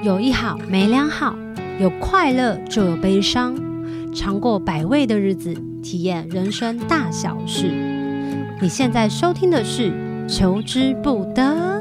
有一好没两好，有快乐就有悲伤，尝过百味的日子，体验人生大小事。你现在收听的是求之不得。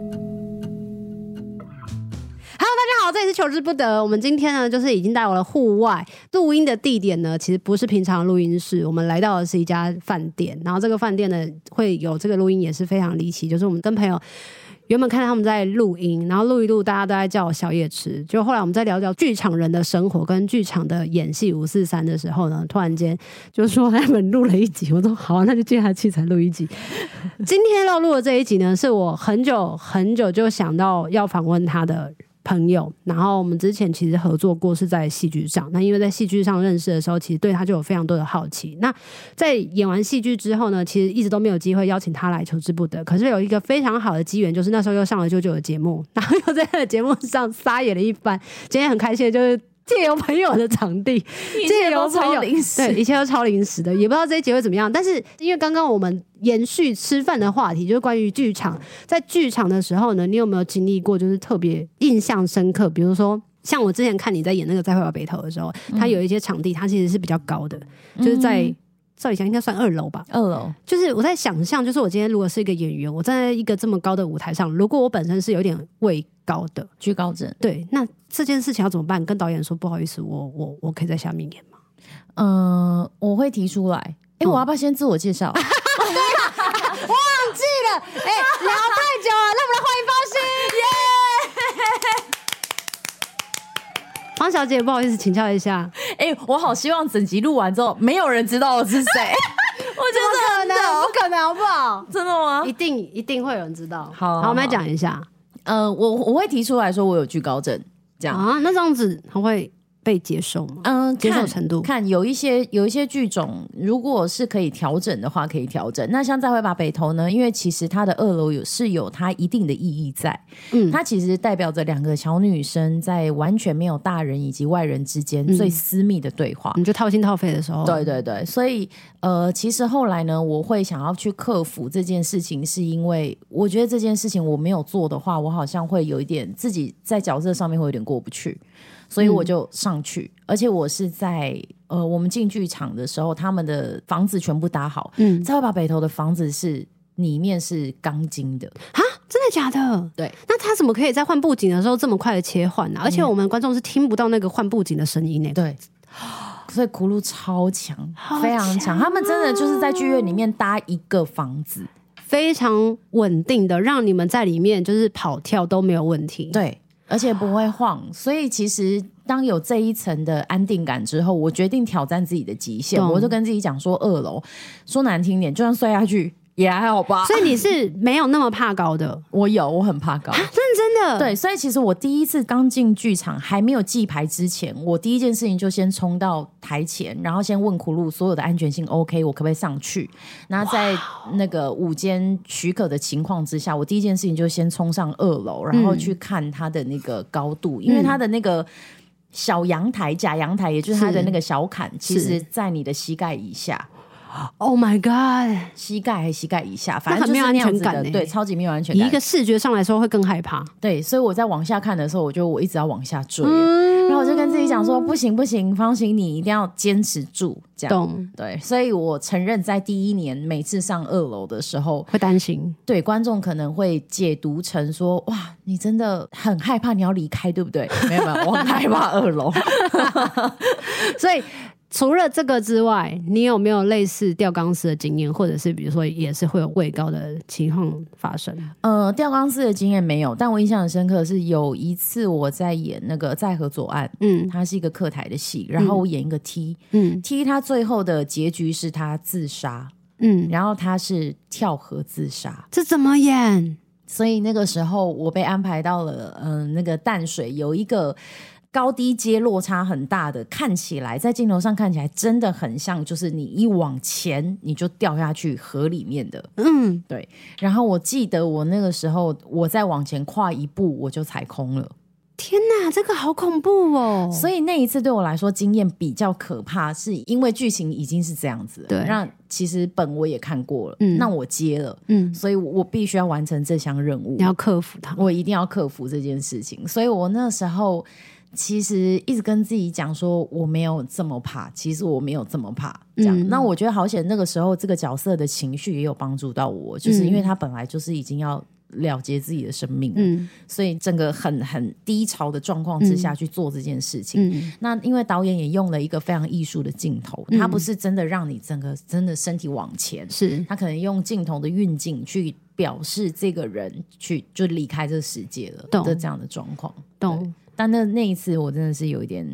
这里是求之不得。我们今天呢，就是已经到了户外录音的地点呢，其实不是平常的录音室，我们来到的是一家饭店。然后这个饭店呢，会有这个录音也是非常离奇，就是我们跟朋友原本看到他们在录音，然后录一录，大家都在叫我宵夜吃。就后来我们在聊聊剧场人的生活跟剧场的演戏543的时候呢，突然间就说他们录了一集，我说好，那就借他器材录一集。今天要录的这一集呢，是我很久很久就想到要访问他的朋友，然后我们之前其实合作过是在戏剧上，那因为在戏剧上认识的时候，其实对他就有非常多的好奇。那在演完戏剧之后呢，其实一直都没有机会邀请他来求之不得，可是有一个非常好的机缘，就是那时候又上了啾啾的节目，然后又在他的节目上撒野了一番。今天很开心的就是借由朋友的场地，借由朋友，对，一切都超临时的，也不知道这一集会怎么样。但是因为刚刚我们延续吃饭的话题，就是关于剧场，在剧场的时候呢，你有没有经历过就是特别印象深刻？比如说像我之前看你在演那个再会吧北投的时候，它有一些场地它其实是比较高的，就是在照理讲应该算2楼吧，2楼。就是我在想象，就是我今天如果是一个演员，我站在一个这么高的舞台上，如果我本身是有点畏高的惧高症， 对，那这件事情要怎么办？跟导演说不好意思，我可以在下面演吗？ 我会提出来。我要不要先自我介绍？ 对啊，我忘记了。聊太久了，那我们来欢迎方心。耶，方小姐，不好意思，请教一下。 我好希望整集录完之后，没有人知道我是谁。我觉得不可能，好不好？ 真的吗？ 一定会有人知道。 好， 我们来讲一下。 我会提出来说我有惧高症，这样啊？那这样子他会被接受吗？接受程度看有一些剧种，如果是可以调整的话，可以调整。那像再会吧北投呢，因为其实它的2楼有它一定的意义在，它其实代表着2个小女生在完全没有大人以及外人之间最私密的对话， 你就掏心掏肺的时候， 对对对，所以其实后来呢，我会想要去克服这件事情，是因为我觉得这件事情我没有做的话，我好像会有一点自己在角色上面会有点过不去。所以我就上去，而且我是在我们进剧场的时候，他们的房子全部搭好。再会吧北投的房子是里面是钢筋的啊，真的假的？ 对， 那他怎么可以在换布景的时候这么快的切换呢？而且我们观众是听不到那个换布景的声音呢。 对，所以苦路超强，非常强。他们真的就是在剧院里面搭一个房子， 非常稳定的，让你们在里面就是跑跳都没有问题。 对。而且不会晃，所以其实当有这一层的安定感之后，我决定挑战自己的极限。我就跟自己讲说，2楼说难听点，就算摔下去也还好吧。 所以你是没有那么怕高的？ 我很怕高， 认真的。 对，所以其实我第一次刚进剧场还没有记牌之前，我第一件事情就先冲到台前，然后先问苦路所有的安全性 OK， 我可不可以上去？那在那个午间许可的情况之下，我第一件事情就先冲上2楼，然后去看它的那个高度，因为它的那个小阳台、假阳台，也就是它的那个小坎，其实在你的膝盖以下。 Oh my god！ 膝盖还膝盖以下，反正就是那样子的，很没有安全感，对，超级没有安全感。 以一个视觉上来说会更害怕， 对，所以我在往下看的时候，我一直要往下追，然后我就跟自己讲说，不行不行，方心你一定要坚持住，这样。 懂？ 对，所以我承认在第1年每次上2楼的时候会担心， 对，观众可能会解读成说，哇，你真的很害怕你要离开，对不对？没有，我很害怕2楼， 所以。除了这个之外，你有没有类似吊钢丝的经验，或者是比如说也是会有畏高的情况发生？ 吊钢丝的经验没有，但我印象很深刻的是有一次我在演那个在河左岸，它是一个客台的戏，然后我演一个 T，他最后的结局是他自杀，然后他是跳河自杀， 这怎么演？ 所以那个时候我被安排到了那个淡水有一个高低阶落差很大的，看起来在镜头上看起来真的很像，就是你一往前你就掉下去河里面的，对。然后我记得我那个时候我再往前跨一步我就踩空了， 天哪，这个好恐怖哦！ 所以那一次对我来说经验比较可怕，是因为剧情已经是这样子了， 对， 那其实本我也看过了，那我接了，所以我必须要完成这项任务， 你要克服它， 我一定要克服这件事情。所以我那时候其实一直跟自己讲说我没有这么怕，其实我没有这么怕这样，那我觉得好险那个时候这个角色的情绪也有帮助到我，就是因为他本来就是已经要了结自己的生命了，所以整个很低潮的状况之下去做这件事情，那因为导演也用了一个非常艺术的镜头，他不是真的让你整个真的身体往前， 是他可能用镜头的运镜去表示这个人去就离开这个世界了的这样的状况， 懂。 但那一次我真的是有一点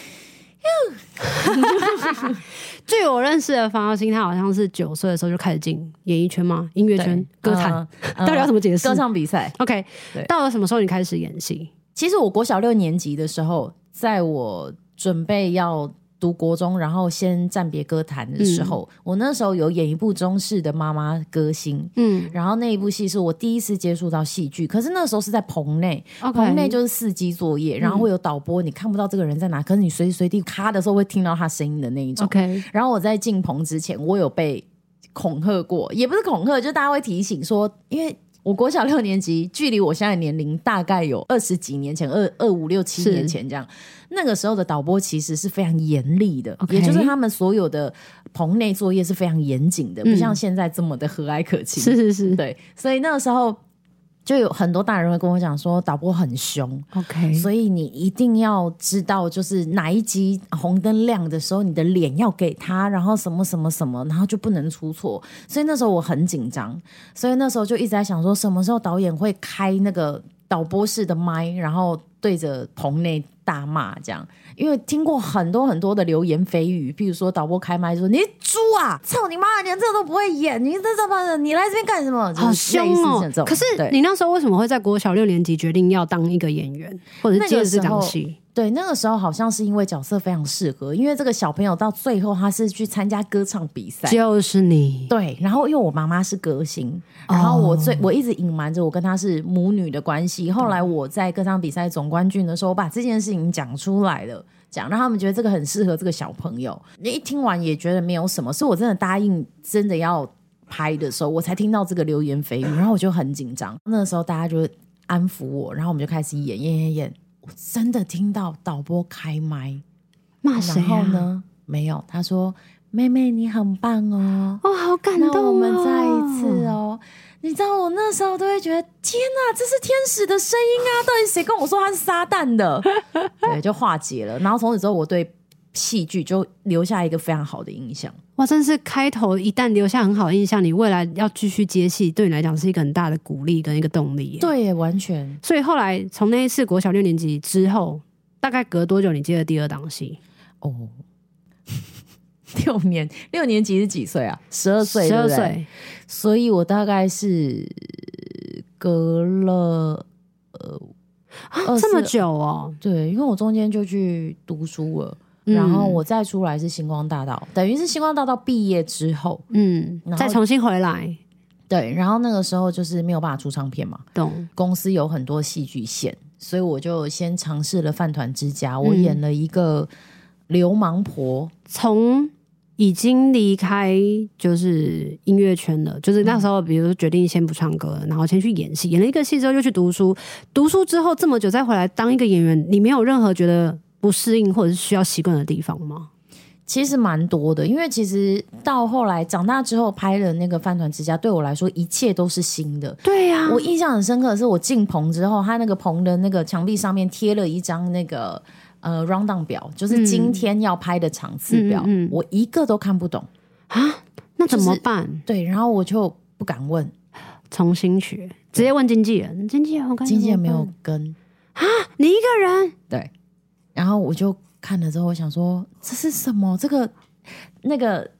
据我认识的方耀兴，他好像是9岁的时候就开始进演艺圈嘛，音乐圈、歌坛，到底要怎么解释？ 歌唱比赛。 OK， 到了什么时候你开始演戏？ 其实我国小6年级的时候，在我准备要读国中，然后先暂别歌坛的时候，我那时候有演一部中式的妈妈歌星，然后那一部戏是我第一次接触到戏剧，可是那时候是在棚内，棚内就是4机作业，然后会有导播，你看不到这个人在哪，可是你随时随地咔的时候会听到他声音的那一种。然后我在进棚之前，我有被恐吓过，也不是恐吓，就大家会提醒说，因为我国小6年级，距离我现在的年龄大概有20几年前，25、6、7年前这样。那个时候的导播其实是非常严厉的，也就是他们所有的棚内作业是非常严谨的，不像现在这么的和蔼可亲。 是， 对，所以那个时候就有很多大人会跟我讲说，导播很凶 ，OK， 所以你一定要知道，就是哪一集红灯亮的时候，你的脸要给他，然后什么什么什么，然后就不能出错。所以那时候我很紧张，所以那时候就一直在想说，什么时候导演会开那个导播室的麦，然后对着棚内大骂这样。因为听过很多很多的流言蜚语，譬如说导播开麦说你猪啊，操你妈，连这个都不会演，你你来这边干什么？ 好凶哦！可是你那时候为什么会在国小6年级决定要当一个演员，或者是接着这档戏？ 对，那个时候好像是因为角色非常适合，因为这个小朋友到最后他是去参加歌唱比赛， 就是你。 对，然后因为我妈妈是歌星，然后我一直隐瞒着我跟她是母女的关系，后来我在歌唱比赛总冠军的时候，我把这件事情讲出来了，讲让他们觉得这个很适合这个小朋友。你一听完也觉得没有什么，是我真的答应真的要拍的时候，我才听到这个流言蜚语，然后我就很紧张。那个时候大家就安抚我，然后我们就开始演。我真的听到导播开麦骂谁啊？ 然后呢，没有，他说妹妹你很棒哦， 好感动哦， 那我们再一次哦。你知道我那时候都会觉得天哪，这是天使的声音啊，到底谁跟我说他是撒旦的？对，就化解了。然后从此之后我对戏剧就留下一个非常好的印象。 哇，真是开头一旦留下很好的印象，你未来要继续接戏，对你来讲是一个很大的鼓励跟一个动力耶。 对耶，完全。 所以后来从那一次国小6年级之后，大概隔多久你接了第2档戏？ 哦，6年级是几岁啊？12岁，12岁。所以我大概是隔了这么久哦。 对，因为我中间就去读书了。然后我再出来是星光大道，等于是星光大道毕业之后， 再重新回来。 对，然后那个时候就是没有办法出唱片嘛， 懂。 公司有很多戏剧线，所以我就先尝试了饭团之家，我演了一个流氓婆。 从已经离开就是音乐圈了，就是那时候比如说决定先不唱歌，然后先去演戏，演了一个戏之后就去读书，读书之后这么久再回来当一个演员，你没有任何觉得不适应或者是需要习惯的地方吗？ 其实蛮多的，因为其实到后来长大之后拍了那个饭团之家，对我来说一切都是新的。 对啊， 我印象很深刻的是我进棚之后，他那个棚的那个墙壁上面贴了一张那个rundown 表，就是今天要拍的场次表，我一个都看不懂啊，那怎么办？ 就是，对，然后我就不敢问， 重新学，直接问经纪人，经纪人没有跟啊，你一个人？ 对，然后我就看了之后，我想说这是什么？这个那个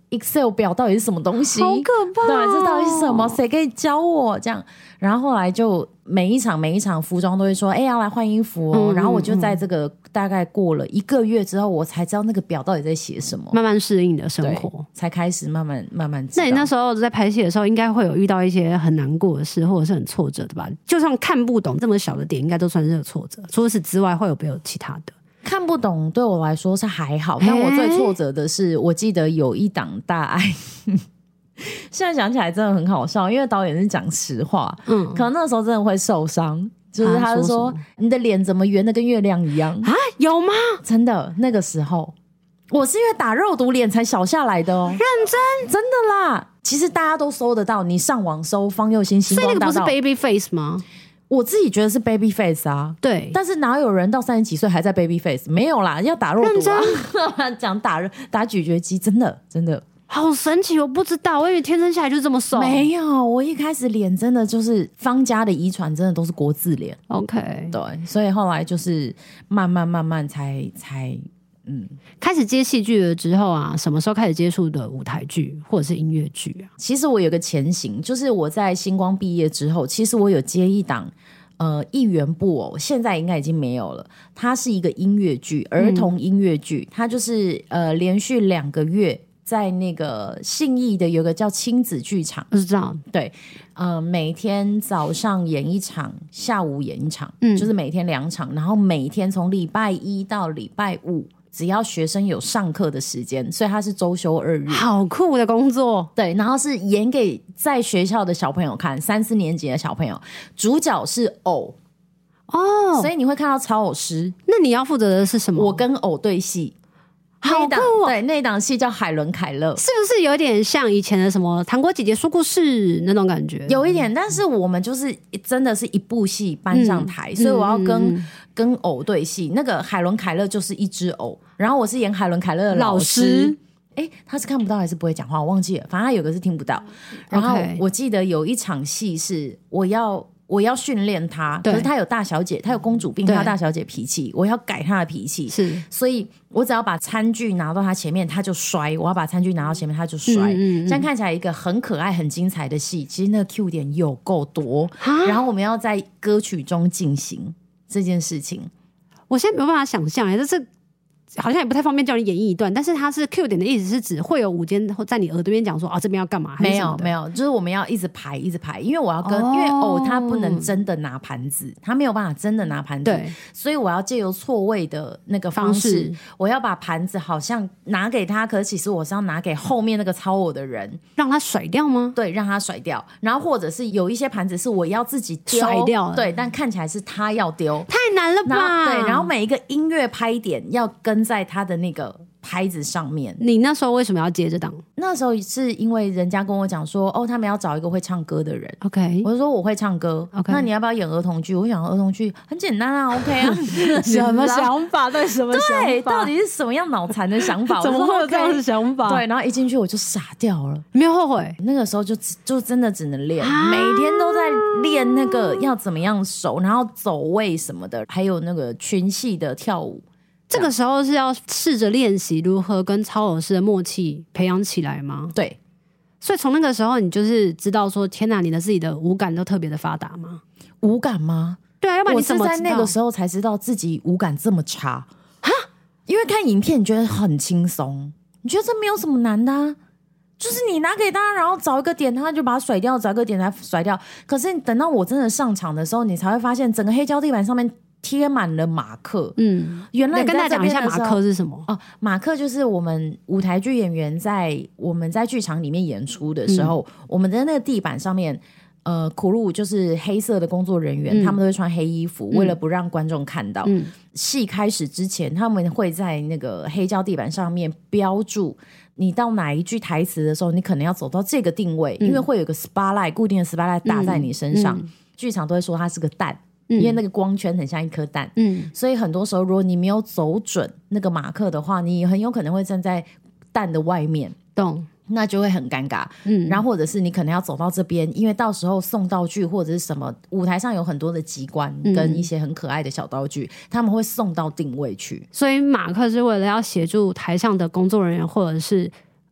Excel 表到底是什么东西， 好可怕对，这到底是什么，谁可以教我这样。然后后来就每一场服装都会说要来换衣服哦，然后我就在这个大概过了1个月之后，我才知道那个表到底在写什么， 慢慢适应你的生活， 才开始慢慢知道。 那你那时候在拍戏的时候应该会有遇到一些很难过的事或者是很挫折的吧？就算看不懂这么小的点应该都算是有挫折，除此之外会有没有其他的？ 看不懂对我来说是还好，但我最挫折的是我记得有一档大爱现在想起来真的很好笑，因为导演是讲实话，可能那时候真的会受伤，就是他就说你的脸怎么圆的跟月亮一样啊？有吗？ 真的，那个时候我是因为打肉毒脸才小下来的哦， 认真真的啦。其实大家都搜得到，你上网搜方佑兴星光大道， 所以那个不是 baby face 吗？ 我自己觉得是 baby face 啊， 对， 但是哪有人到30几岁还在 baby face？ 没有啦，要打肉毒啊，讲打咀嚼肌，真的好神奇，我不知道，我以为天生下来就这么瘦。 没有，我一开始脸真的就是方家的遗传，真的都是国字脸。 OK， 对，所以后来就是慢慢才开始接戏剧了之后啊，什么时候开始接触的舞台剧或者是音乐剧啊？ 其实我有个前行，就是我在星光毕业之后，其实我有接一档一元布偶，现在应该已经没有了。它是一个音乐剧，儿童音乐剧，它就是连续2个月在那个信义的有个叫亲子剧场， 我知道， 对，每天早上演一场，下午演一场，就是每天2场，然后每天从礼拜1到礼拜5。只要学生有上课的时间，所以他是周休2日， 好酷的工作。 对，然后是演给在学校的小朋友看，3、4年级的小朋友，主角是偶哦， 所以你会看到超偶师。 那你要负责的是什么？ 我跟偶对戏， 好酷哦！ 对，那一档戏叫海伦凯勒， 是不是有点像以前的什么糖果姐姐说故事那种感觉？ 有一点，但是我们就是真的是一部戏搬上台，所以我要跟偶对戏。那个海伦凯勒就是一只偶，然后我是演海伦凯勒的老师。他是看不到还是不会讲话？我忘记了，反正他有个是听不到。然后我记得有一场戏是我要训练他，可是他有大小姐，他有公主病，他有大小姐脾气，我要改他的脾气，是，所以我只要把餐具拿到他前面，他就摔；我要把餐具拿到前面，他就摔。这样看起来一个很可爱、很精彩的戏，其实那个 Q 点有够多。然后我们要在歌曲中进行这件事情， 我现在没有办法想象，这是。好像也不太方便叫你演绎一段，但是它是 Q 点的意思是指会有舞间在你耳朵边讲说这边要干嘛？ 没有，就是我们要一直排，因为我要跟，因为偶他不能真的拿盘子，他没有办法真的拿盘子，对，所以我要借由错位的那个方式，我要把盘子好像拿给他，可是其实我是要拿给后面那个操我的人， 让他甩掉吗？ 对，让他甩掉，然后或者是有一些盘子是我要自己丢甩掉， 对，但看起来是他要丢， 太难了吧？ 对，然后每一个音乐拍点要跟在他的那个拍子上面。 你那时候为什么要接这档？ 那时候是因为人家跟我讲说他们要找一个会唱歌的人。 OK， 我就说我会唱歌。 OK， 那你要不要演儿童剧？我想儿童剧很简单啊。OK 啊什么想法？对，什么想法？ 对，到底是什么样脑残的想法？ 怎么会有这样的想法？ 对，然后一进去我就傻掉了。 没有后悔？ 那个时候就真的只能练，每天都在练那个要怎么样手，然后走位什么的，还有那个群戏的跳舞。 这个时候是要试着练习如何跟操偶师的默契培养起来吗？ 对， 所以从那个时候你就是知道说天哪，你的自己的五感都特别的发达吗？ 五感吗？ 对啊，要不然你怎么知道？ 我是在那个时候才知道自己五感这么差哈，因为看影片你觉得很轻松，你觉得这没有什么难的啊，就是你拿给他，然后找一个点他就把它甩掉，找一个点他甩掉。可是等到我真的上场的时候，你才会发现整个黑胶地板上面贴满了马克。原来你跟大家讲一下马克是什么？ 马克就是我们舞台剧演员我们在剧场里面演出的时候，我们的那个地板上面苦路就是黑色的工作人员，他们都会穿黑衣服，为了不让观众看到。戏开始之前，他们会在那个黑胶地板上面标注你到哪一句台词的时候，你可能要走到这个定位，因为会有个 spotlight 固定的 spotlight 打在你身上。剧场都会说它是个蛋，因为那个光圈很像一颗蛋。所以很多时候如果你没有走准那个马克的话，你很有可能会站在蛋的外面， 懂？ 那就会很尴尬。然后或者是你可能要走到这边，因为到时候送道具或者是什么，舞台上有很多的机关跟一些很可爱的小道具，他们会送到定位去。 所以马克是为了要协助台上的工作人员或者是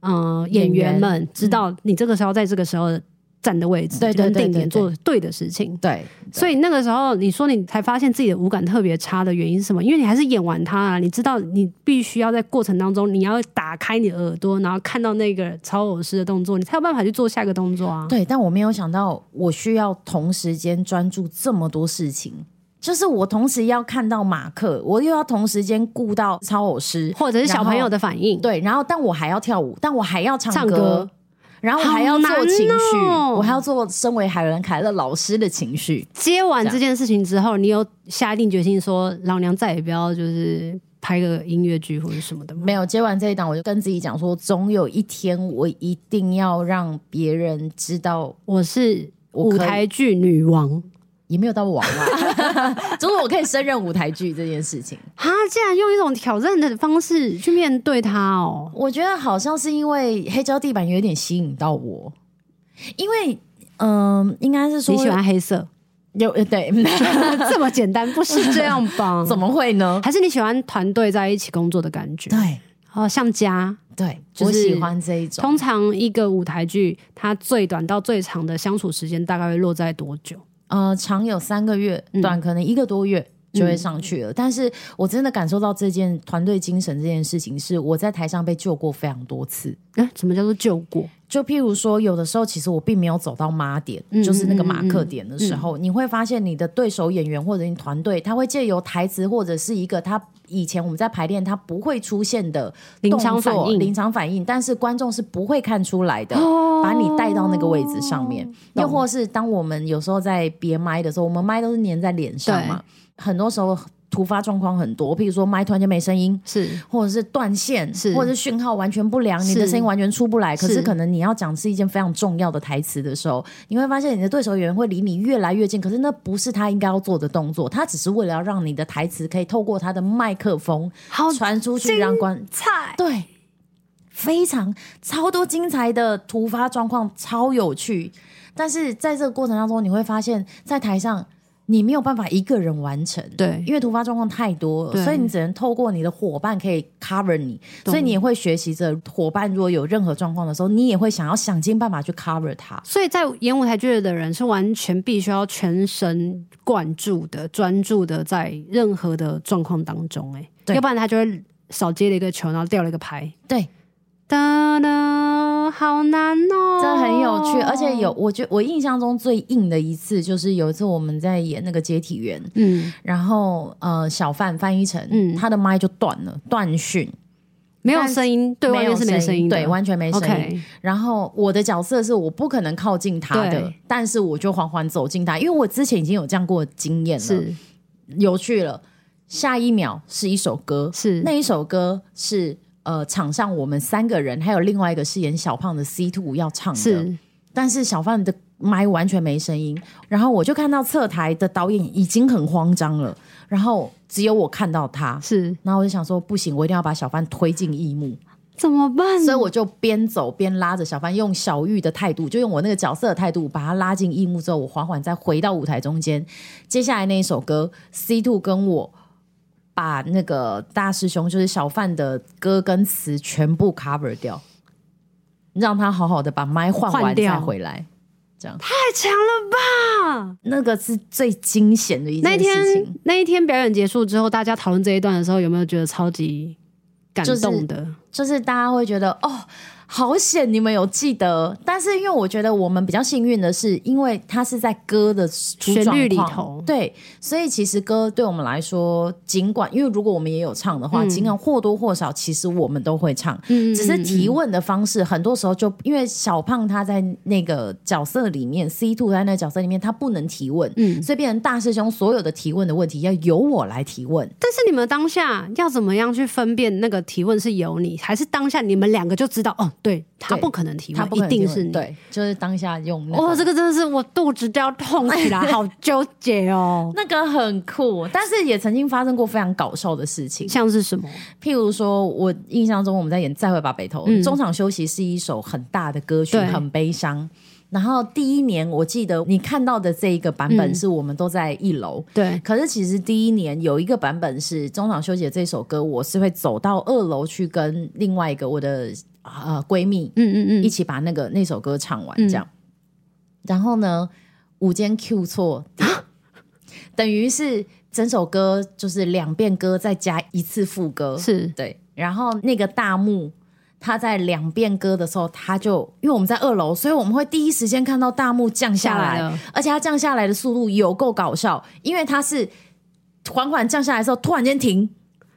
演员们知道你这个时候在这个时候站的位置， 对对对对对， 跟定点做对的事情。 对， 所以那个时候你说你才发现自己的五感特别差的原因是什么？因为你还是演完它啊，你知道你必须要在过程当中你要打开你的耳朵，然后看到那个超偶师的动作，你才有办法去做下一个动作啊。 对，但我没有想到我需要同时间专注这么多事情。就是我同时要看到马克，我又要同时间顾到超偶师， 或者是小朋友的反应。 对，然后但我还要跳舞，但我还要唱歌， 然后我还要做情绪，我还要做身为海伦凯勒老师的情绪。 接完这件事情之后，你有下定决心说老娘再也不要就是拍个音乐剧或者什么的吗？ 没有，接完这一档我就跟自己讲说，总有一天我一定要让别人知道我是舞台剧女王。 也没有到王啊，就是我可以胜任舞台剧这件事情。 他竟然用一种挑战的方式去面对它哦， 我觉得好像是因为黑胶地板有点吸引到我，因为应该是说你喜欢黑色， 对这么简单，不是这样吧？ 怎么会呢？ 还是你喜欢团队在一起工作的感觉？ 对， 像家。 对， 就是、 我喜欢这一种。 通常一个舞台剧，它最短到最长的相处时间大概会落在多久？ 长有3个月，短可能1个多月就会上去了。但是我真的感受到这件团队精神这件事情，是我在台上被救过非常多次。 什么叫做救过？ 就譬如说，有的时候其实我并没有走到妈点，就是那个马克点的时候，你会发现你的对手演员或者你团队，他会借由台词或者是一个他以前我们在排练他不会出现的临场反应，但是观众是不会看出来的，把你带到那个位置上面。又或是当我们有时候在别麦的时候，我们麦都是粘在脸上嘛，很多时候突发状况很多，譬如说麦突然间没声音， 是， 或者是断线， 是， 或者是讯号完全不良，你的声音完全出不来。可是可能你要讲是一件非常重要的台词的时候，你会发现你的对手演员会离你越来越近，可是那不是他应该要做的动作，他只是为了要让你的台词可以透过他的麦克风传出去，让对，非常超多精彩的突发状况，超有趣。但是在这个过程当中，你会发现在台上你没有办法一个人完成， 对， 因为突发状况太多了，所以你只能透过你的伙伴可以 cover 你，所以你也会学习着伙伴如果有任何状况的时候，你也会想尽办法去 cover 它。 所以在演舞台剧的人是完全必须要全神贯注的、专注的在任何的状况当中，要不然他就会少接了一个球，然后掉了一个拍。 对。 哒哒，好难哦， 这很有趣，而且我印象中最硬的一次就是有一次我们在演那个接体员，然后小范译成，他的麦就断了，断讯， 没有声音，对外面是没声音的， 对，完全没声音。Okay. 然后我的角色是我不可能靠近他的，但是我就缓缓走近他，因为我之前已经有这样过的经验了，是有趣了。下一秒是一首歌，是那一首歌是。场上我们3个人还有另外一个是演小胖的 C2 要唱的，但是小胖的麦完全没声音，然后我就看到侧台的导演已经很慌张了，然后只有我看到他，是，然后我就想说不行，我一定要把小范推进翼幕， 怎么办？ 所以我就边走边拉着小范，用小玉的态度，就用我那个角色的态度把他拉进翼幕之后，我缓缓再回到舞台中间。接下来那一首歌 C2 跟我把那个大师兄就是小范的歌跟词全部 cover 掉，让他好好的把麦换完再回来，这样太强了吧！ 那个是最惊险的一件事情。 那一天表演结束之后，大家讨论这一段的时候，有没有觉得超级感动的？ 就是大家会觉得哦。好险你们有记得，但是因为我觉得我们比较幸运的是，因为它是在歌的旋律里头，对，所以其实歌对我们来说，尽管因为如果我们也有唱的话，尽管或多或少，其实我们都会唱，只是提问的方式，很多时候就因为小胖他在那个角色里面 ，C2 在那个角色里面他不能提问，所以变成大师兄所有的提问的问题要由我来提问。但是你们当下要怎么样去分辨那个提问是由你，还是当下你们2个就知道哦？对，他不可能提问，一定是你。 对，就是当下用那个。 这个真的是我肚子都要痛起来，好纠结哦。 那个很酷，但是也曾经发生过非常搞笑的事情， 像是什么？ 譬如说，我印象中我们在演《再会吧北投》，中场休息是一首很大的歌曲，很悲伤。然后第一年我记得你看到的这一个版本是我们都在1楼，对。可是其实第一年有一个版本是中场休息的这首歌，我是会走到2楼去跟另外一个我的闺蜜，一起把那首歌唱完这样。然后呢，午间 Q 错，等于是整首歌就是2遍歌再加1次副歌， 是对。然后那个大幕，他在2遍歌的时候，他就因为我们在2楼，所以我们会第一时间看到大幕降下来了， 而且他降下来的速度有够搞笑，因为他是缓缓降下来的时候突然间停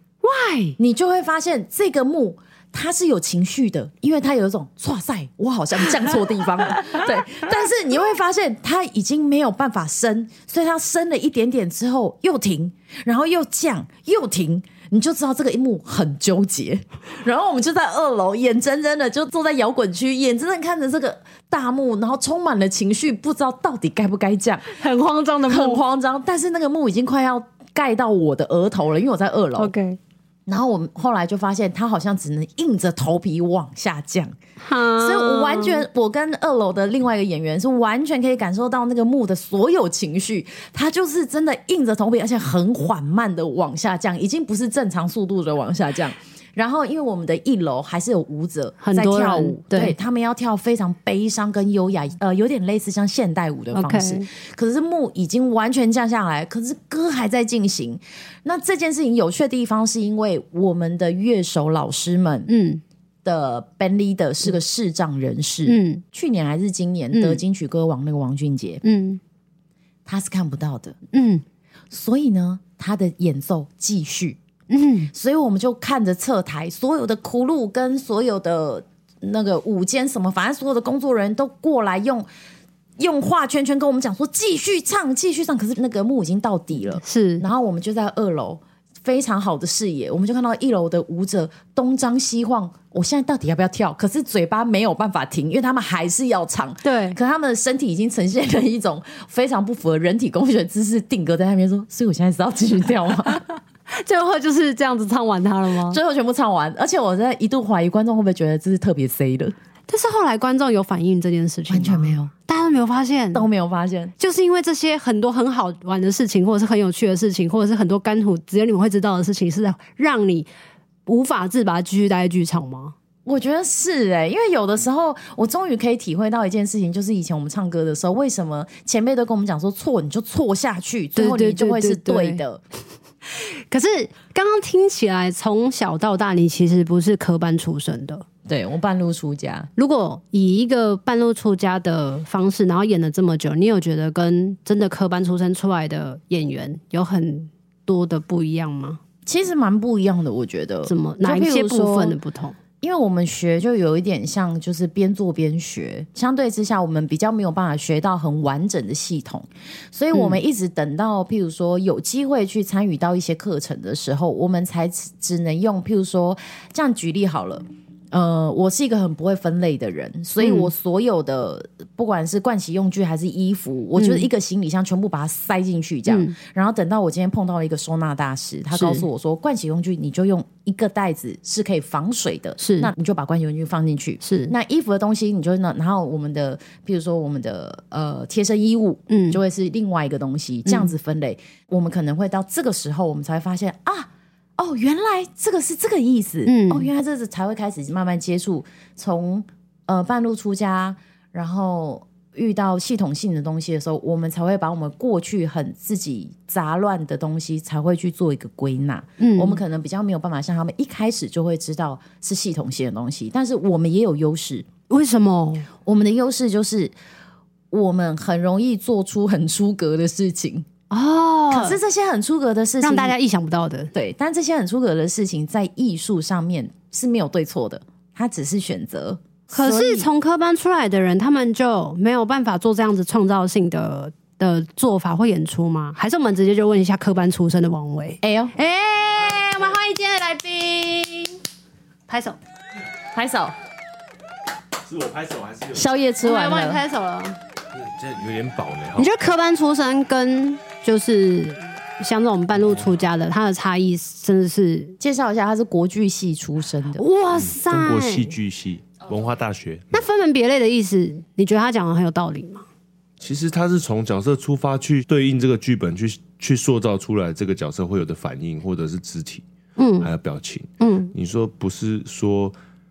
，Why？ 你就会发现这个幕它是有情绪的，因为它有一种哇塞，我好像降错地方了，对。但是你会发现它已经没有办法升，所以它升了一点点之后又停，然后又降又停，你就知道这个一幕很纠结。然后我们就在2楼，眼睁睁的就坐在摇滚区，眼睁睁看着这个大幕，然后充满了情绪，不知道到底该不该降， 很慌张的幕， 很慌张。但是那个幕已经快要盖到我的额头了，因为我在2楼。 OK。 然后我们后来就发现，他好像只能硬着头皮往下降，所以我跟2楼的另外一个演员是完全可以感受到那个幕的所有情绪，他就是真的硬着头皮，而且很缓慢的往下降，已经不是正常速度的往下降。然后因为我们的1楼还是有舞者在跳舞，对，他们要跳非常悲伤跟优雅，有点类似像现代舞的方式。可是幕已经完全降下来，可是歌还在进行。那这件事情有趣的地方是因为我们的乐手老师们的 band leader 是个视障人士，去年还是今年得金曲歌王那个王俊杰，他是看不到的，所以呢他的演奏继续，所以我们就看着侧台所有的苦路跟所有的那个舞间什么，反正所有的工作人员都过来用画圈圈跟我们讲说继续唱继续唱，可是那个幕已经到底了，是，然后我们就在2楼非常好的视野，我们就看到1楼的舞者东张西晃，我现在到底要不要跳？可是嘴巴没有办法停，因为他们还是要唱，对，可他们的身体已经呈现了一种非常不符合人体工学姿势，定格在那边说，所以我现在是要继续跳吗？ 最后就是这样子唱完它了吗？ 最后全部唱完，而且我在一度怀疑观众会不会觉得这是特别 C 的， 但是后来观众有反应这件事情吗？ 完全没有， 大家都没有发现， 都没有发现， 就是因为这些很多很好玩的事情，或者是很有趣的事情，或者是很多甘苦只有你们会知道的事情，是让你无法自拔继续待在剧场吗？ 我觉得是因为有的时候我终于可以体会到一件事情，就是以前我们唱歌的时候，为什么前辈都跟我们讲说错你就错下去，最后你就会是对的。 可是刚刚听起来从小到大你其实不是科班出身的， 对，我半路出家。 如果以一个半路出家的方式然后演了这么久，你有觉得跟真的科班出身出来的演员有很多的不一样吗？ 其实蛮不一样的，我觉得。怎么哪一些部分的不同？ 因为我们学就有一点像就是边做边学，相对之下我们比较没有办法学到很完整的系统，所以我们一直等到譬如说有机会去参与到一些课程的时候，我们才只能用譬如说这样举例好了，我是一个很不会分类的人，所以我所有的不管是盥洗用具还是衣服，我就是一个行李箱全部把它塞进去这样，然后等到我今天碰到了一个收纳大师，他告诉我说盥洗用具你就用一个袋子是可以防水的，是，那你就把盥洗用具放进去，是，那衣服的东西你就然后我们的比如说我们的贴身衣物就会是另外一个东西，这样子分类，我们可能会到这个时候我们才会发现啊哦，原来这个是这个意思，哦，原来这才会开始慢慢接触，从半路出家，然后遇到系统性的东西的时候，我们才会把我们过去很自己杂乱的东西才会去做一个归纳。我们可能比较没有办法像他们一开始就会知道是系统性的东西，但是我们也有优势。 为什么？ 我们的优势就是我们很容易做出很出格的事情。可是这些很出格的事情让大家意想不到的， 对，但这些很出格的事情在艺术上面是没有对错的，它只是选择。 可是从科班出来的人，他们就没有办法做这样子创造性的做法或演出吗？还是我们直接就问一下科班出身的王维？我们欢迎今天的来宾，拍手拍手。 是我拍手还是宵夜吃完了？ 我帮你拍手了。 这有点饱呢。 你觉得科班出身跟就是像这种半路出家的，他的差异真的是？ 介绍一下，他是国剧系出身的。 哇塞， 中国戏剧系文化大学。 那分门别类的意思，你觉得他讲的很有道理吗？ 其实他是从角色出发去对应这个剧本，去塑造出来这个角色会有的反应，或者是肢体，还有表情。你说不是说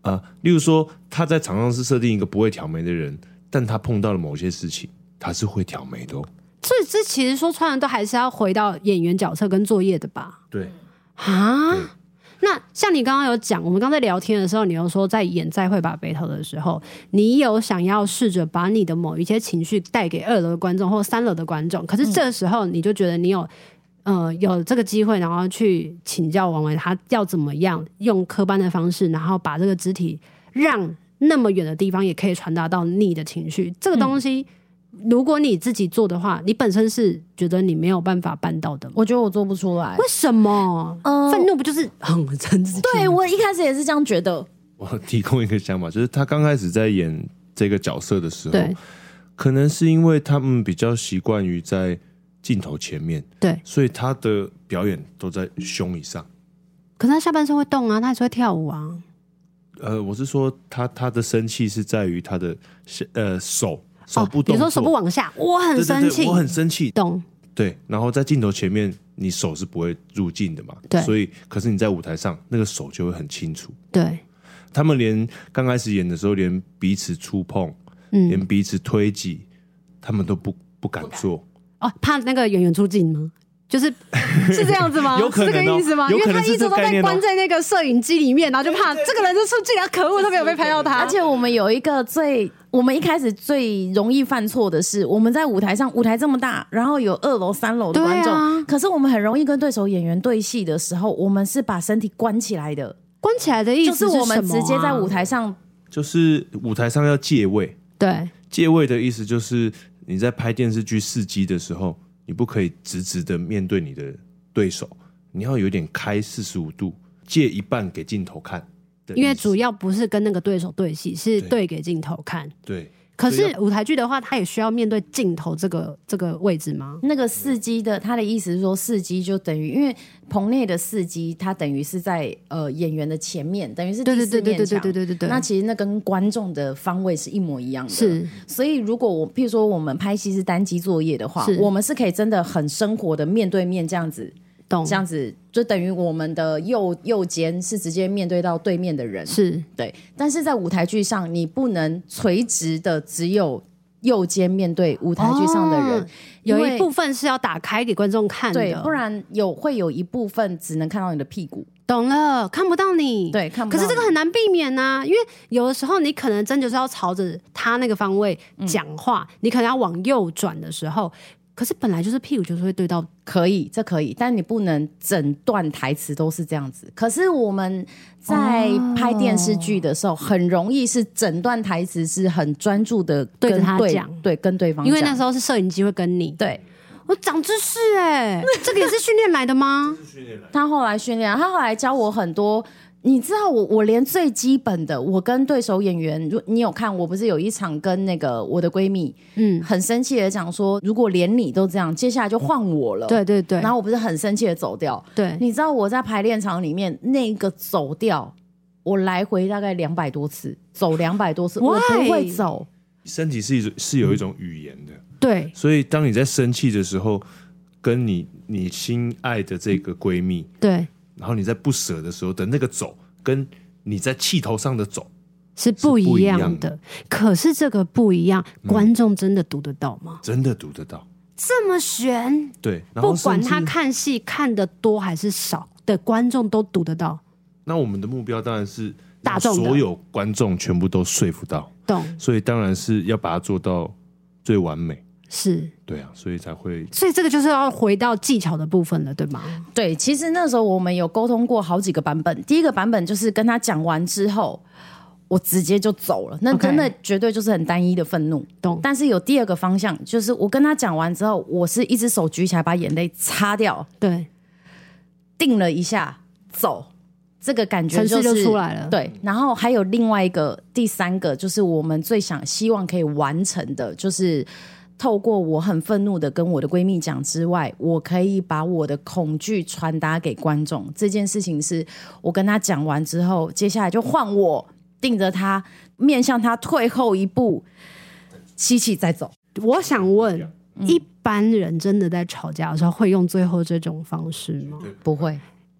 例如说他在场上是设定一个不会挑眉的人，但他碰到了某些事情，他是会挑眉的哦。 所以这其实说穿了都还是要回到演员角色跟作业的吧？ 对啊，那像你刚刚有讲，我们刚才聊天的时候，你有说在演《再会吧北投》的时候，你有想要试着把你的某一些情绪带给2楼的观众或3楼的观众，可是这时候你就觉得你有这个机会，然后去请教王维他要怎么样用科班的方式，然后把这个肢体让那么远的地方也可以传达到你的情绪，这个东西。如果你自己做的话，你本身是觉得你没有办法办到的吗？ 我觉得我做不出来。 为什么？愤怒不就是很真挚？ 对，我一开始也是这样觉得。 我提供一个想法，就是他刚开始在演这个角色的时候， 对， 可能是因为他们比较习惯于在镜头前面， 对， 所以他的表演都在胸以上。 可是他下半身会动啊，他还是会跳舞啊。 我是说他的生气是在于他的手部动作， 比如说手部往下，我很生气， 对，我很生气， 懂？ 对，然后在镜头前面，你手是不会入镜的嘛， 对， 所以可是你在舞台上，那个手就会很清楚。 对， 他们连刚开始演的时候，连彼此触碰，连彼此推挤，他们都不敢做。 怕那个演员出镜吗？是这样子吗？ 有可能是这个意思吗？因为他一直都在关在那个摄影机里面，然后就怕这个人就出镜啊！可恶，他没有被拍到他。 而且我们有一个我们一开始最容易犯错的是，我们在舞台上，舞台这么大，然后有2楼、3楼的观众，可是我们很容易跟对手演员对戏的时候，我们是把身体关起来的。 关起来的意思就是我们直接在舞台上， 就是舞台上要借位。 对， 借位的意思就是你在拍电视剧4机的时候。你不可以直直的面对你的对手，你要有点开45度，借一半给镜头看。 因为主要不是跟那个对手对戏，是对给镜头看。 对。 可是舞台剧的话，它也需要面对镜头这个位置吗？ 那个4机的，他的意思是说4机就等于，因为棚内的4机，它等于是在演员的前面，等于是第4面墙。对。那其实那跟观众的方位是一模一样的。 是。所以如果譬如说我们拍戏是单机作业的话，我们是可以真的很生活的面对面这样子。这样子就等于我们的右肩是直接面对到对面的人， 是对。但是在舞台剧上，你不能垂直的只有右肩面对舞台剧上的人， 有一部分是要打开给观众看的， 对，不然会有一部分只能看到你的屁股。 懂了，看不到你， 对，看不到你。 可是这个很难避免啊，因为有的时候你可能真就是要朝着他那个方位讲话，你可能要往右转的时候。可是本来就是屁股就是会对到， 这可以，但你不能整段台词都是这样子。可是我们在拍电视剧的时候，很容易是整段台词是很专注的对着他讲， 对，跟对方讲， 因为那时候是摄影机会跟你。 对， 我长知识这个也是训练来的吗？ 他后来训练，他后来教我很多。你知道我连最基本的，我跟对手演员，你有看我不是有一场跟那个我的闺蜜，很生气的讲说，如果连你都这样，接下来就换我了。 对对对。 然后我不是很生气的走掉。 对。 你知道我在排练场里面那个走掉，我来回大概200多次，走200多次，我不会走。 身体是有一种语言的， 对。 所以当你在生气的时候，跟你心爱的这个闺蜜， 对。 然后你在不舍的时候的那个走，跟你在气头上的走是不一样的。可是这个不一样，观众真的读得到吗？ 真的读得到， 这么悬。 对，然后不管他看戏看得多还是少的观众都读得到。 那我们的目标当然是大众的， 所有观众全部都说服到， 懂？ 所以当然是要把它做到最完美。 是， 对啊，所以才会， 所以这个就是要回到技巧的部分了，对吗？ 对，其实那时候我们有沟通过好几个版本。第一个版本就是跟他讲完之后，我直接就走了，那真的绝对就是很单一的愤怒。 懂？ 但是有第二个方向，就是我跟他讲完之后，我是一只手举起来把眼泪擦掉， 对， 定了一下，走。这个感觉就出来了。 对，然后还有另外一个第3个，就是我们最希望可以完成的，就是透过我很愤怒的跟我的闺蜜讲之外，我可以把我的恐惧传达给观众。这件事情是我跟他讲完之后，接下来就换我盯着他，面向他退后一步，吸气再走。 我想问，一般人真的在吵架的时候会用最后这种方式吗？ 不会。 那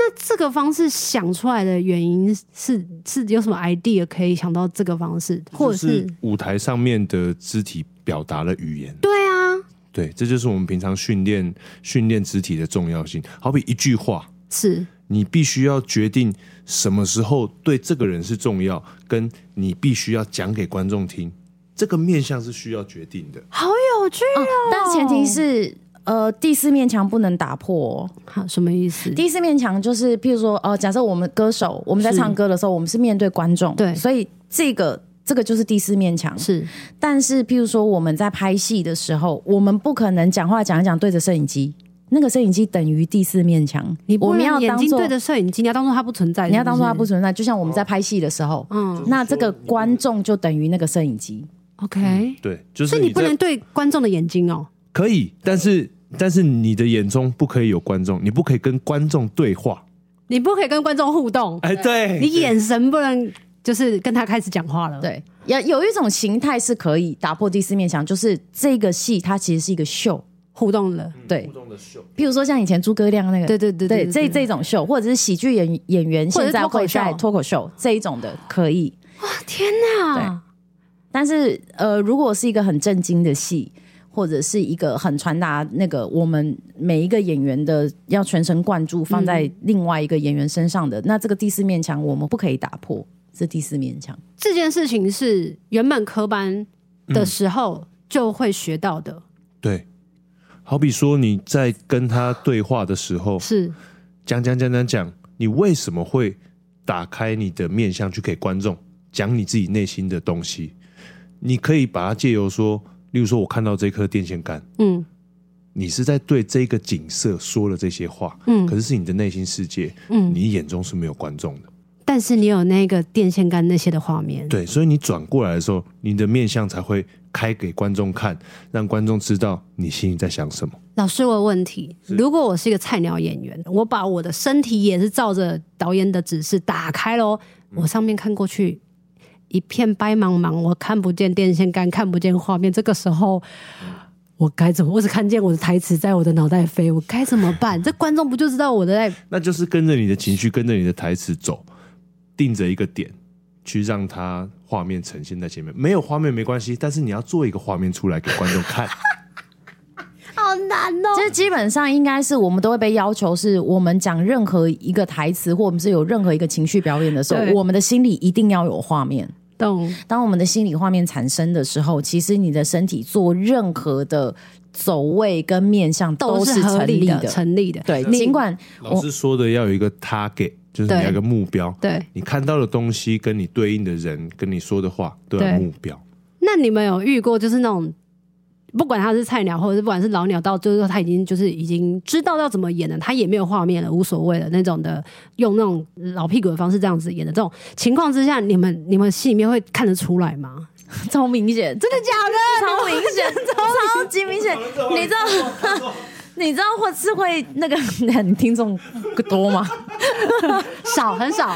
这个方式想出来的原因是有什么 idea 可以想到这个方式，或者是舞台上面的肢体表达了语言？ 对啊， 对，这就是我们平常训练肢体的重要性。好比一句话， 是你必须要决定什么时候对这个人是重要，跟你必须要讲给观众听，这个面向是需要决定的。 好有趣哦！ 但前提是第四面墙不能打破。 好，什么意思？ 第四面墙就是，譬如说，假设我们歌手我们在唱歌的时候，我们是面对观众， 对， 所以这个就是第四面墙。 是， 但是譬如说我们在拍戏的时候，我们不可能讲话讲一讲对着摄影机，那个摄影机等于第四面墙。 我们要眼睛对着摄影机，你要当做它不存在， 你要当做它不存在。就像我们在拍戏的时候，那这个观众就等于那个摄影机。 OK， 对，就是所以你不能对观众的眼睛哦。 可以，但是你的眼中不可以有观众，你不可以跟观众对话， 你不可以跟观众互动。 哎，对， 你眼神不能就是跟他开始讲话了。 对，有一种形态是可以打破第四面墙，就是这个戏它其实是一个秀。 互动了， 对， 互动的秀， 譬如说像以前诸葛亮那个， 对， 这种秀，或者是喜剧演员现在会在脱口秀这一种的可以。 哇，天哪！ 对，但是如果是一个很震惊的戏，或者是一个很传达那个我们每一个演员的要全神贯注放在另外一个演员身上的，那这个第四面墙我们不可以打破，是第四面墙。 这件事情是原本科班的时候就会学到的。 对。好比说你在跟他对话的时候，是讲，你为什么会打开你的面向去给观众讲你自己内心的东西？你可以把它借由说，例如说我看到这颗电线杆，你是在对这个景色说了这些话，可是是你的内心世界，你眼中是没有观众的。 但是你有那个电线杆那些的画面， 对，所以你转过来的时候，你的面向才会开给观众看，让观众知道你心里在想什么。 老师，我有问题，如果我是一个菜鸟演员，我把我的身体也是照着导演的指示打开咯，我上面看过去一片白茫茫，我看不见电线杆，看不见画面，这个时候我该怎么？我只看见我的台词在我的脑袋飞，我该怎么办？这观众不就知道我的在？ 那就是跟着你的情绪，跟着你的台词走，定着一个点，去让它画面呈现在前面。没有画面没关系，但是你要做一个画面出来给观众看。 好难哦！ 这基本上应该是我们都会被要求，是我们讲任何一个台词，或我们是有任何一个情绪表演的时候，我们的心里一定要有画面。 懂？ 当我们的心理画面产生的时候，其实你的身体做任何的走位跟面向都是成立的。对，尽管老师说的要有一个 target， 就是你要有一个目标。 对， 你看到的东西跟你对应的人跟你说的话都有目标。 那你们有遇过就是那种？不管他是菜鸟，或者是不管是老鸟，到最后他已经知道要怎么演了，他也没有画面了，无所谓了那种的，用那种老屁股的方式这样子演的这种情况之下，你们心里面会看得出来吗？ 超明显， 真的假的？ 超明显，超级明显，你知道？你知道或是会那个你听众多吗？ 少，很少。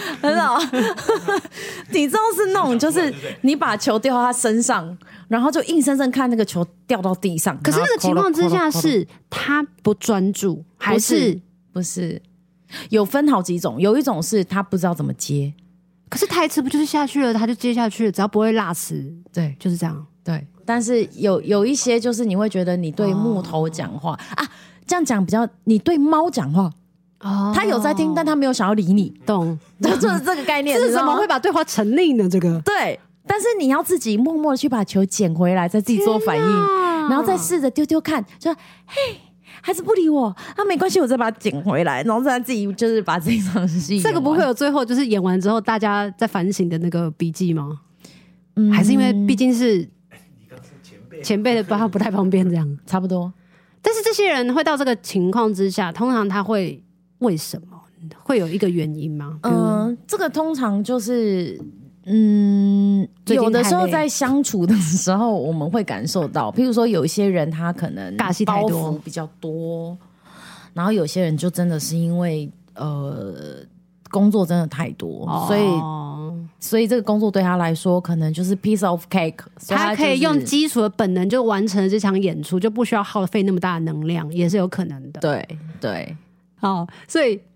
你知道是那种，就是你把球丢到他身上，然后就硬生生看那个球掉到地上。 可是那个情况之下是他不专注，还是不是？有分好几种，有一种是他不知道怎么接， 可是台词不就是下去了，他就接下去了，只要不会落词， 对， 就是这样。 对，但是有一些就是你会觉得你对木头讲话啊。这样讲比较，你对猫讲话，他有在听，但他没有想要理你， 懂？ 就是这个概念。 这是怎么会把对话成立呢？这个对，但是你要自己默默的去把球捡回来，再自己做反应，然后再试着丢丢看，就嘿，还是不理我，没关系，我再把它捡回来，然后再自己就是把这场戏。 这个不会有最后就是演完之后大家在反省的那个笔记吗？还是因为毕竟是前辈的不太方便，这样差不多。 但是这些人会到这个情况之下，通常他会为什么？会有一个原因吗？ 这个通常就是有的时候在相处的时候，我们会感受到，譬如说有一些人他可能尬戏太多， 包袱比较多，然后有些人就真的是因为工作真的太多，所以这个工作对他来说可能就是 piece of cake， 他可以用基础的本能就完成了这场演出，就不需要耗费那么大的能量，也是有可能的。 对， 好，所以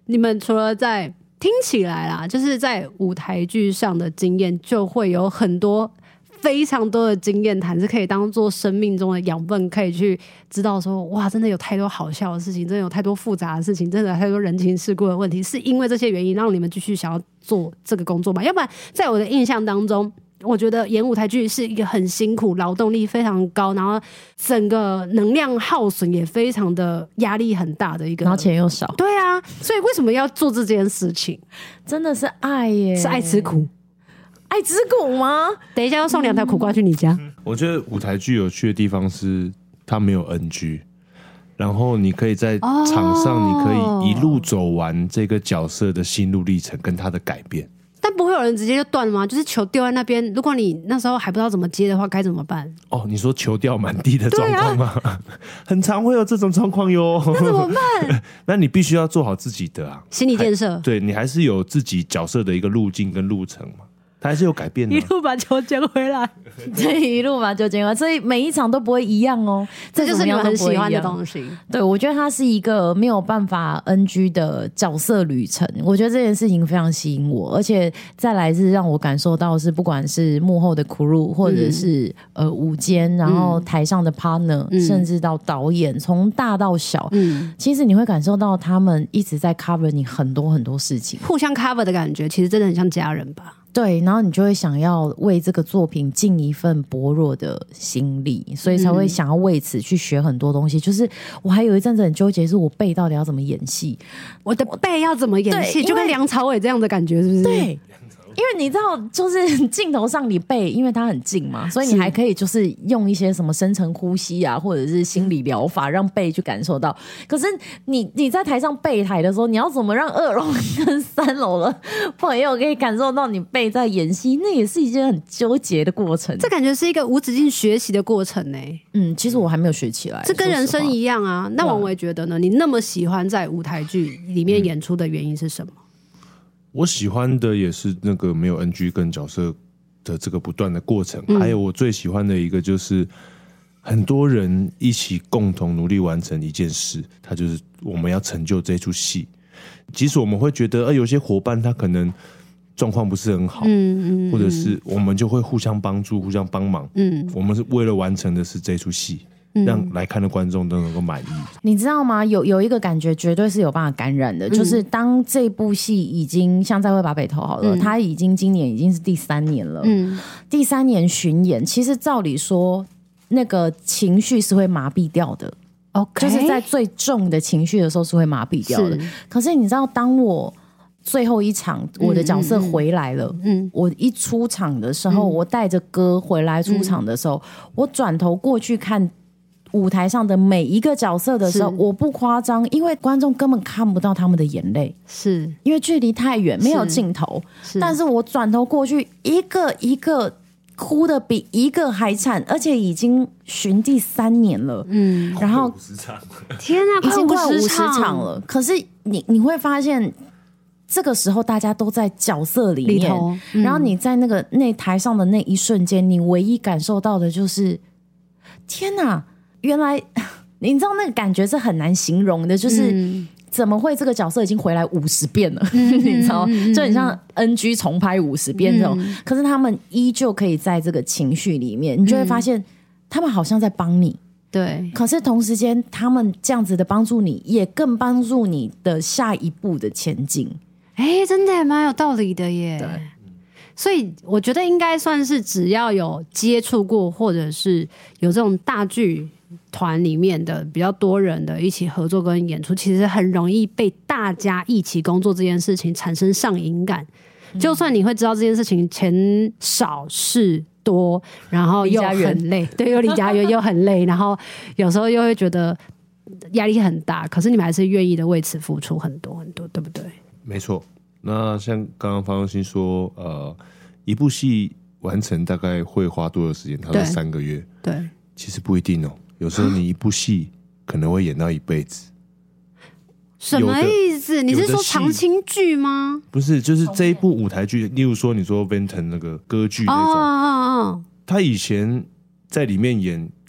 你们除了在听起来啦，就是在舞台剧上的经验，就会有很多非常多的经验谈，是可以当做生命中的养分，可以去知道说，哇，真的有太多好笑的事情，真的有太多复杂的事情，真的有太多人情世故的问题，是因为这些原因让你们继续想要做这个工作吗？要不然在我的印象当中，我觉得演舞台剧是一个很辛苦，劳动力非常高，然后整个能量耗损也非常的压力很大的一个， 然后钱又少。 对啊，所以为什么要做这件事情？ 真的是爱耶， 是爱吃苦。 爱吃苦吗？ 等一下要送2条苦瓜去你家。 我觉得舞台剧有趣的地方是它没有 NG， 然后你可以在场上，你可以一路走完这个角色的心路历程跟他的改变。 但不会有人直接就断了吗？就是球丢在那边，如果你那时候还不知道怎么接的话，该怎么办？ 哦，你说球掉满地的状况吗？很常会有这种状况哟。 那怎么办？ 那你必须要做好自己的心理建设。 对，你还是有自己角色的一个路径跟路程嘛。它还是有改变的， 一路把球捡回来， 对，一路把球捡回来，所以每一场都不会一样哦。 这就是你们很喜欢的东西。 对，我觉得它是一个没有办法 NG 的角色旅程。我觉得这件事情非常吸引我，而且再来是让我感受到是，不管是幕后的 crew， 或者是舞监，然后台上的 partner，甚至到导演，从大到小，其实你会感受到他们一直在 cover 你很多很多事情， 互相 cover 的感觉，其实真的很像家人吧。 对，然后你就会想要为这个作品尽一份薄弱的心力，所以才会想要为此去学很多东西。就是我还有一阵子很纠结，是我背到底要怎么演戏， 我的背要怎么演戏，就跟梁朝伟这样的感觉，是不是？ 对。因为你知道，就是镜头上你背，因为它很近嘛，所以你还可以就是用一些什么深层呼吸啊，或者是心理疗法，让背去感受到。可是你在台上背台的时候，你要怎么让2楼跟3楼的朋友可以感受到你背在演戏？那也是一件很纠结的过程。 这感觉是一个无止境学习的过程呢。 其实我还没有学起来， 这跟人生一样啊。那王维觉得呢？你那么喜欢在舞台剧里面演出的原因是什么？ 我喜欢的也是那个没有 NG 跟角色的这个不断的过程，还有我最喜欢的一个就是很多人一起共同努力完成一件事，它就是我们要成就这出戏。即使我们会觉得有些伙伴他可能状况不是很好，或者是我们就会互相帮助、互相帮忙。我们是为了完成的是这出戏。让来看的观众都能够满意。 你知道吗？有一个感觉绝对是有办法感染的，就是当这部戏已经像在会把北投好了，它已经今年已经是第3年了，第3年巡演，其实照理说那个情绪是会麻痹掉的。就是在最重的情绪的时候是会麻痹掉的。可是你知道，当我最后一场我的角色回来了，我一出场的时候，我带着歌回来出场的时候，我转头过去看舞台上的每一个角色的时候，我不夸张，因为观众根本看不到他们的眼泪， 是因为距离太远，没有镜头。但是我转头过去，一个一个哭的比一个还惨，而且已经巡第3年了，然后天啊， 已经快50场了。可是你会发现，这个时候大家都在角色里面，然后你在那台上的那一瞬间，你唯一感受到的就是天哪！原来你知道那个感觉是很难形容的，就是怎么会这个角色已经回来50遍了，你知道，就很像 NG 重拍50遍这种，可是他们依旧可以在这个情绪里面，你就会发现他们好像在帮你， 对， 可是同时间他们这样子的帮助你，也更帮助你的下一步的前进。 真的蛮有道理的耶。 对， 所以我觉得应该算是只要有接触过，或者是有这种大剧团里面的比较多人的一起合作跟演出，其实很容易被大家一起工作这件事情产生上瘾感。就算你会知道这件事情钱少事多，然后又很累，对，又离家远又很累，然后有时候又会觉得压力很大，可是你们还是愿意的为此付出很多很多，对不对？ 没错。那像刚刚方佑兴说，一部戏完成大概会花多少时间？他说3个月。 对， 其实不一定哦。有时候你一部戏可能会演到一辈子。 什么意思？你是说长青剧吗？ 不是，就是这一部舞台剧，例如说你说 Vinton 那个歌剧那种，他以前在里面演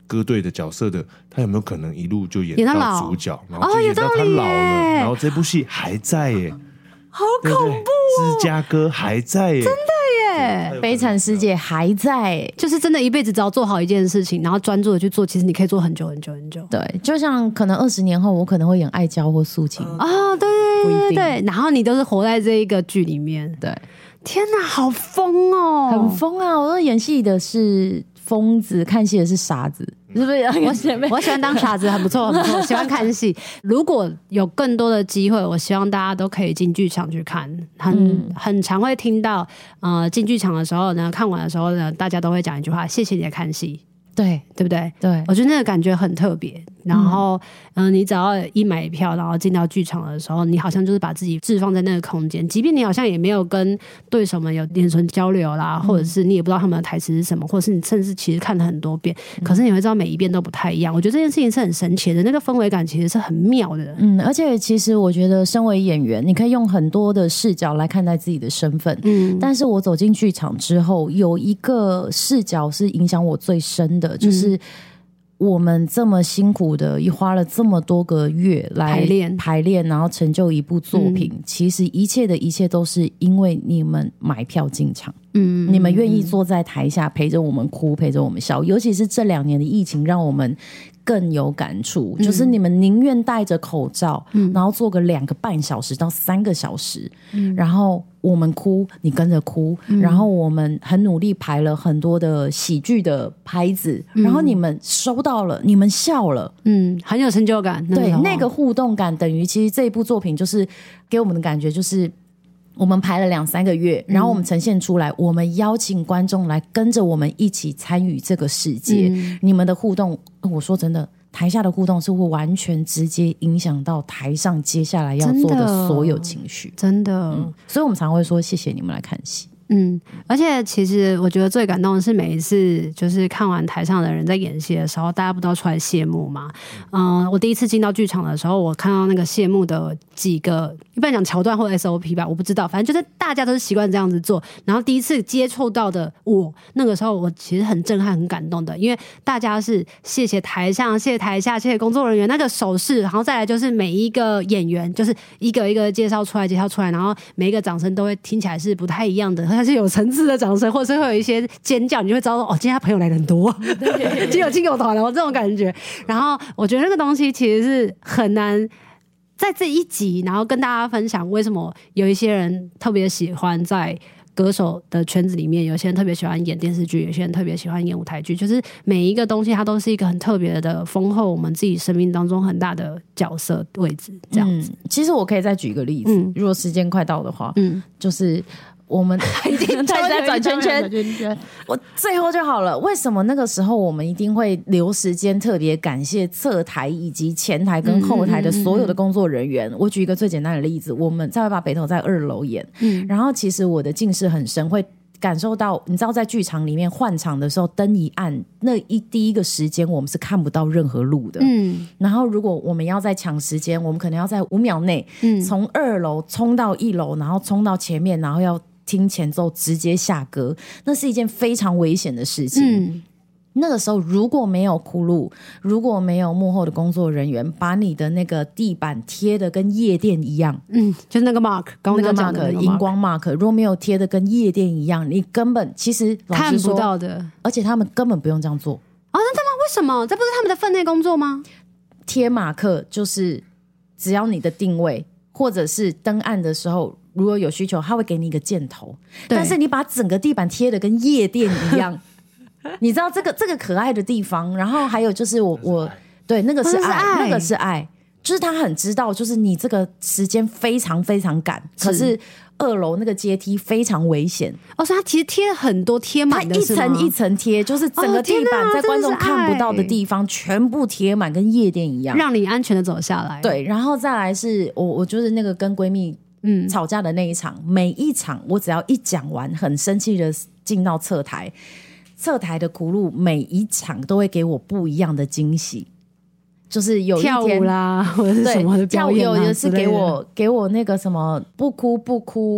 歌队的角色的，他有没有可能一路就演到主角，然后就演到他老了，然后这部戏还在耶， 好恐怖哦！ 芝加哥还在耶， 真的耶， 悲惨世界还在， 就是真的一辈子只要做好一件事情，然后专注的去做，其实你可以做很久很久很久。 对，就像可能20年后，我可能会演爱娇或素琴哦，对对对对，然后你都是活在这一个剧里面， 对， 天哪，好疯哦， 很疯啊！我说演戏的是疯子，看戏的是傻子，是不是？ 我喜欢当傻子，很不错，很不错，喜欢看戏。如果有更多的机会，我希望大家都可以进剧场去看。很常会听到，进剧场的时候呢，看完的时候呢，大家都会讲一句话：谢谢你的看戏。 对， 对不对？ 对， 我觉得那个感觉很特别。然后，你只要一买票，然后进到剧场的时候，你好像就是把自己置放在那个空间，即便你好像也没有跟对手们有眼神交流啦，或者是你也不知道他们的台词是什么，或者是你甚至其实看了很多遍，可是你会知道每一遍都不太一样。我觉得这件事情是很神奇的，那个氛围感其实是很妙的。 而且其实我觉得身为演员，你可以用很多的视角来看待自己的身份。但是我走进剧场之后，有一个视角是影响我最深的，就是我们这么辛苦的花了这么多个月来排练，然后成就一部作品，其实一切的一切都是因为你们买票进场，你们愿意坐在台下陪着我们哭，陪着我们笑。尤其是这2年的疫情，让我们更有感触，就是你们宁愿戴着口罩，然后做个2个半小时到3个小时，然后我们哭，你跟着哭，然后我们很努力排了很多的喜剧的拍子，然后你们收到了，你们笑了， 很有成就感。 对，那个互动感等于其实这一部作品就是给我们的感觉就是我们排了2-3个月，然后我们呈现出来，我们邀请观众来跟着我们一起参与这个世界。你们的互动，我说真的，台下的互动是会完全直接影响到台上接下来要做的所有情绪， 真的。 所以我们常会说谢谢你们来看戏。 而且其实我觉得最感动的是每一次就是看完台上的人在演戏的时候，大家不都出来谢幕吗？我第一次进到剧场的时候，我看到那个谢幕的几个，一般讲桥段或 SOP 吧，我不知道，反正就是大家都是习惯这样子做。然后第一次接触到的我，那个时候我其实很震撼、很感动的，因为大家是谢谢台上、谢谢台下、谢谢工作人员那个手势，然后再来就是每一个演员，就是一个一个介绍出来，然后每一个掌声都会听起来是不太一样的。它是有层次的掌声，或者是会有一些尖叫，你就会知道哦，今天他朋友来人多，今天有亲友团了，这种感觉。然后我觉得那个东西其实是很难在这一集，然后跟大家分享为什么有一些人特别喜欢在歌手的圈子里面，有些人特别喜欢演电视剧，有些人特别喜欢演舞台剧，就是每一个东西它都是一个很特别的丰厚我们自己生命当中很大的角色位置这样子。 其实我可以再举一个例子，如果时间快到的话，就是我们一定在转圈圈，我最后就好了。为什么那个时候我们一定会留时间特别感谢侧台以及前台跟后台的所有的工作人员？我举一个最简单的例子，我们在把北投在2楼演，然后其实我的近视很深，会感受到，你知道在剧场里面换场的时候灯一暗，那第一个时间我们是看不到任何路的，然后如果我们要在抢时间，我们可能要在5秒内从2楼冲到1楼，然后冲到前面，然后要听前奏直接下歌，那是一件非常危险的事情。那个时候如果没有哭路，如果没有幕后的工作人员把你的那个地板贴的跟夜店一样， 就是那个 mark， 刚刚讲的荧光 mark， 如果没有贴的跟夜店一样，你根本其实看不到的， 而且他们根本不用这样做。 真的吗？为什么？这不是他们的分内工作吗？ 贴马克就是只要你的定位或者是灯暗的时候，如果有需求他会给你一个箭头，但是你把整个地板贴的跟夜店一样你知道这个可爱的地方。然后还有就是我对，那个是爱，那个是爱，就是他很知道就是你这个时间非常非常赶，可是2楼那个阶梯非常危险， 所以他其实贴了很多，贴满的是吗？ 他一层一层贴，就是整个地板在观众看不到的地方全部贴满，跟夜店一样， 让你安全的走下来。 对，然后再来是我就是那个跟闺蜜吵架的那一场，每一场我只要一讲完，很生气的进到侧台的苦路，每一场都会给我不一样的惊喜。就是有一天跳舞啦，或者是什么的表演跳舞，有的是给我那个什么不哭不哭，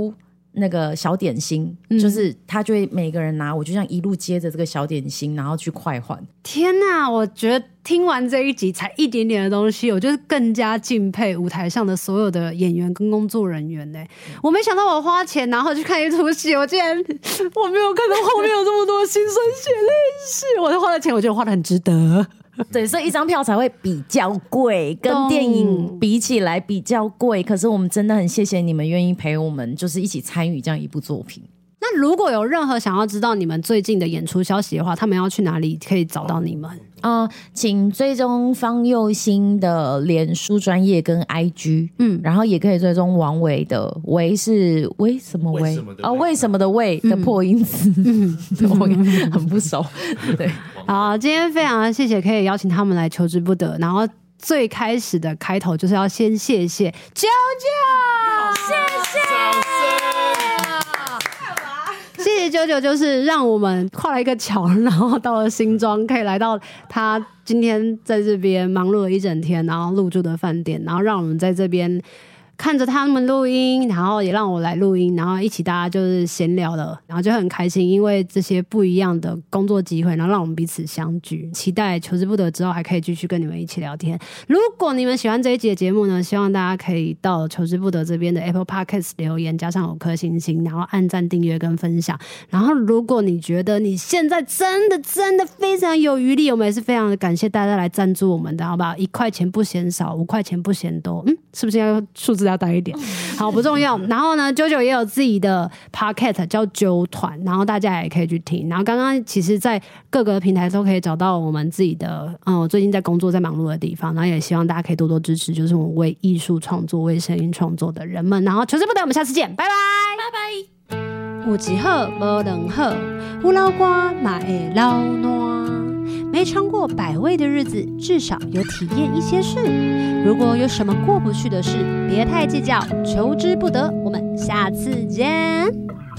那个小点心，就是他就会每个人拿，我就这样一路接着这个小点心，然后去快换。 天哪，我觉得听完这一集才一点点的东西，我就是更加敬佩舞台上的所有的演员跟工作人员呢。我没想到我花钱然后去看一出戏，我竟然我没有看到后面有这么多辛酸血泪史。我花的钱我觉得花得很值得。 对，所以一张票才会比较贵，跟电影比起来比较贵。可是我们真的很谢谢你们愿意陪我们，就是一起参与这样一部作品。 那如果有任何想要知道你们最近的演出消息的话，他们要去哪里可以找到你们？ 请追踪方佑兴的脸书专页跟 IG， 然后也可以追踪王伟的伟是为什么伟为什么的伟的破音字，我很不熟。对， 好，今天非常谢谢可以邀请他们来求之不得，然后最开始的开头就是要先谢谢啾啾，谢谢。谢谢啾啾，就是让我们跨了一个桥，然后到了新庄，可以来到他今天在这边忙碌了一整天，然后入住的饭店，然后让我们在这边看着他们录音，然后也让我来录音，然后一起大家就是闲聊了，然后就很开心，因为这些不一样的工作机会，然后让我们彼此相聚。期待求之不得之后还可以继续跟你们一起聊天。如果你们喜欢这一集的节目呢，希望大家可以到求之不得这边的 Apple Podcast 留言，加上5颗星星，然后按赞、订阅跟分享。然后如果你觉得你现在真的非常有余力，我们也是非常的感谢大家来赞助我们的，好不好？1块钱不嫌少，5块钱不嫌多，是不是要数字要大一点？好，不重要。然后呢，JoJo也有自己的 podcast 叫啾团，然后大家也可以去听。然后刚刚其实在各个平台都可以找到我们自己的我最近在工作在忙碌的地方，然后也希望大家可以多多支持，就是我们为艺术创作为声音创作的人们。然后求之不得，我们下次见，拜拜拜拜。 有一好无两好，有老瓜嘛会老烂。没尝过百味的日子，至少有体验一些事。如果有什么过不去的事，别太计较，求之不得。我们下次见。